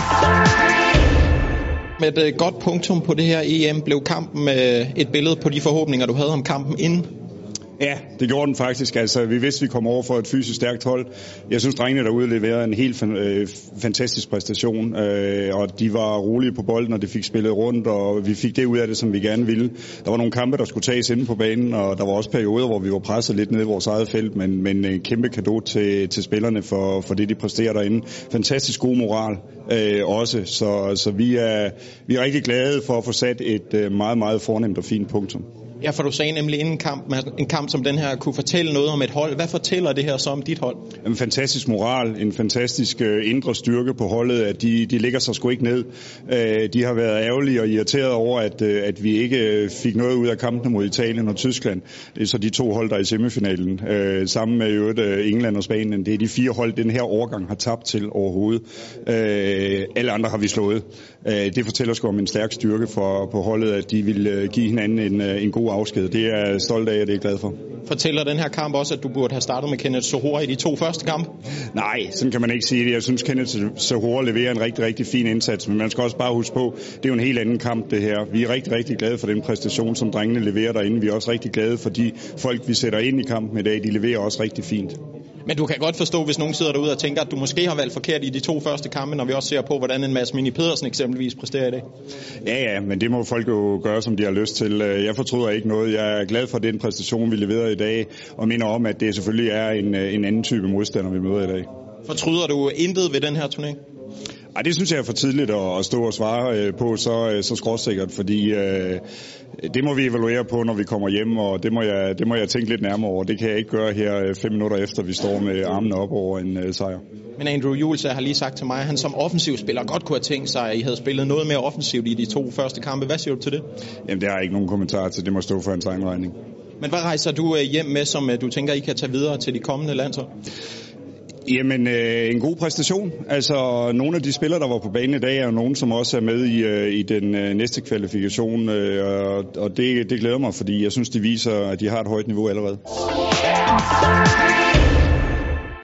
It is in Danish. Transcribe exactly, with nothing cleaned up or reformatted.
Med et godt punktum på det her E M blev kampen et billede på de forhåbninger, du havde om kampen inden? Ja, det gjorde den faktisk. Altså, vi vidste, vi kom over for et fysisk stærkt hold. Jeg synes, drengene derude leverede en helt øh, fantastisk præstation, øh, og de var rolige på bolden, og de fik spillet rundt, og vi fik det ud af det, som vi gerne ville. Der var nogle kampe, der skulle tages inde på banen, og der var også perioder, hvor vi var presset lidt ned i vores eget felt, men, men en kæmpe cadeau til, til spillerne for, for det, de præsterer derinde. Fantastisk god moral øh, også, så, så vi, er, vi er rigtig glade for at få sat et øh, meget, meget fornemt og fint punktum. Ja, for du sagde nemlig inden kamp, en kamp som den her kunne fortælle noget om et hold. Hvad fortæller det her så om dit hold? En fantastisk moral, en fantastisk uh, indre styrke på holdet, at de, de ligger sig sgu ikke ned. Uh, de har været ærgerlige og irriteret over, at, uh, at vi ikke fik noget ud af kampene mod Italien og Tyskland. Det er så de to hold, der er i semifinalen. Uh, sammen med øvrigt uh, England og Spanien. Det er de fire hold, den her årgang har tabt til overhovedet. Uh, alle andre har vi slået. Uh, det fortæller sgu om en stærk styrke for, på holdet, at de vil uh, give hinanden en, uh, en god afsked. Det er jeg stolt af, og det er jeg glad for. Fortæller den her kamp også, at du burde have startet med Kenneth Zohore i de to første kampe? Nej, sådan kan man ikke sige det. Jeg synes, Kenneth Zohore leverer en rigtig, rigtig fin indsats, men man skal også bare huske på, det er jo en helt anden kamp, det her. Vi er rigtig, rigtig glade for den præstation, som drengene leverer derinde. Vi er også rigtig glade for de folk, vi sætter ind i kampen i dag. De leverer også rigtig fint. Men du kan godt forstå, hvis nogen sidder derude og tænker, at du måske har valgt forkert i de to første kampe, når vi også ser på, hvordan en Mads Mini Pedersen eksempelvis præsterer i dag. Ja, ja, men det må folk jo gøre, som de har lyst til. Jeg fortryder ikke noget. Jeg er glad for den præstation, vi leverede i dag, og minder om, at det selvfølgelig er en, en anden type modstander, vi møder i dag. Fortryder du intet ved den her turnering? Ej, det synes jeg er for tidligt at stå og svare på så, så skråsikkert, fordi øh, det må vi evaluere på, når vi kommer hjem, og det må, jeg, det må jeg tænke lidt nærmere over. Det kan jeg ikke gøre her fem minutter efter, vi står med armene op over en øh, sejr. Men Andrew Jules har lige sagt til mig, at han som offensiv spiller godt kunne have tænkt sig, at I havde spillet noget mere offensivt i de to første kampe. Hvad siger du til det? Jamen, det har jeg ikke nogen kommentar til. Det må stå for hans egen regning. Men hvad rejser du hjem med, som du tænker, I kan tage videre til de kommende landshold? Jamen, øh, en god præstation. Altså, nogle af de spillere, der var på banen i dag, er jo nogen, som også er med i, øh, i den øh, næste kvalifikation, øh, og, og det, det glæder mig, fordi jeg synes, de viser, at de har et højt niveau allerede.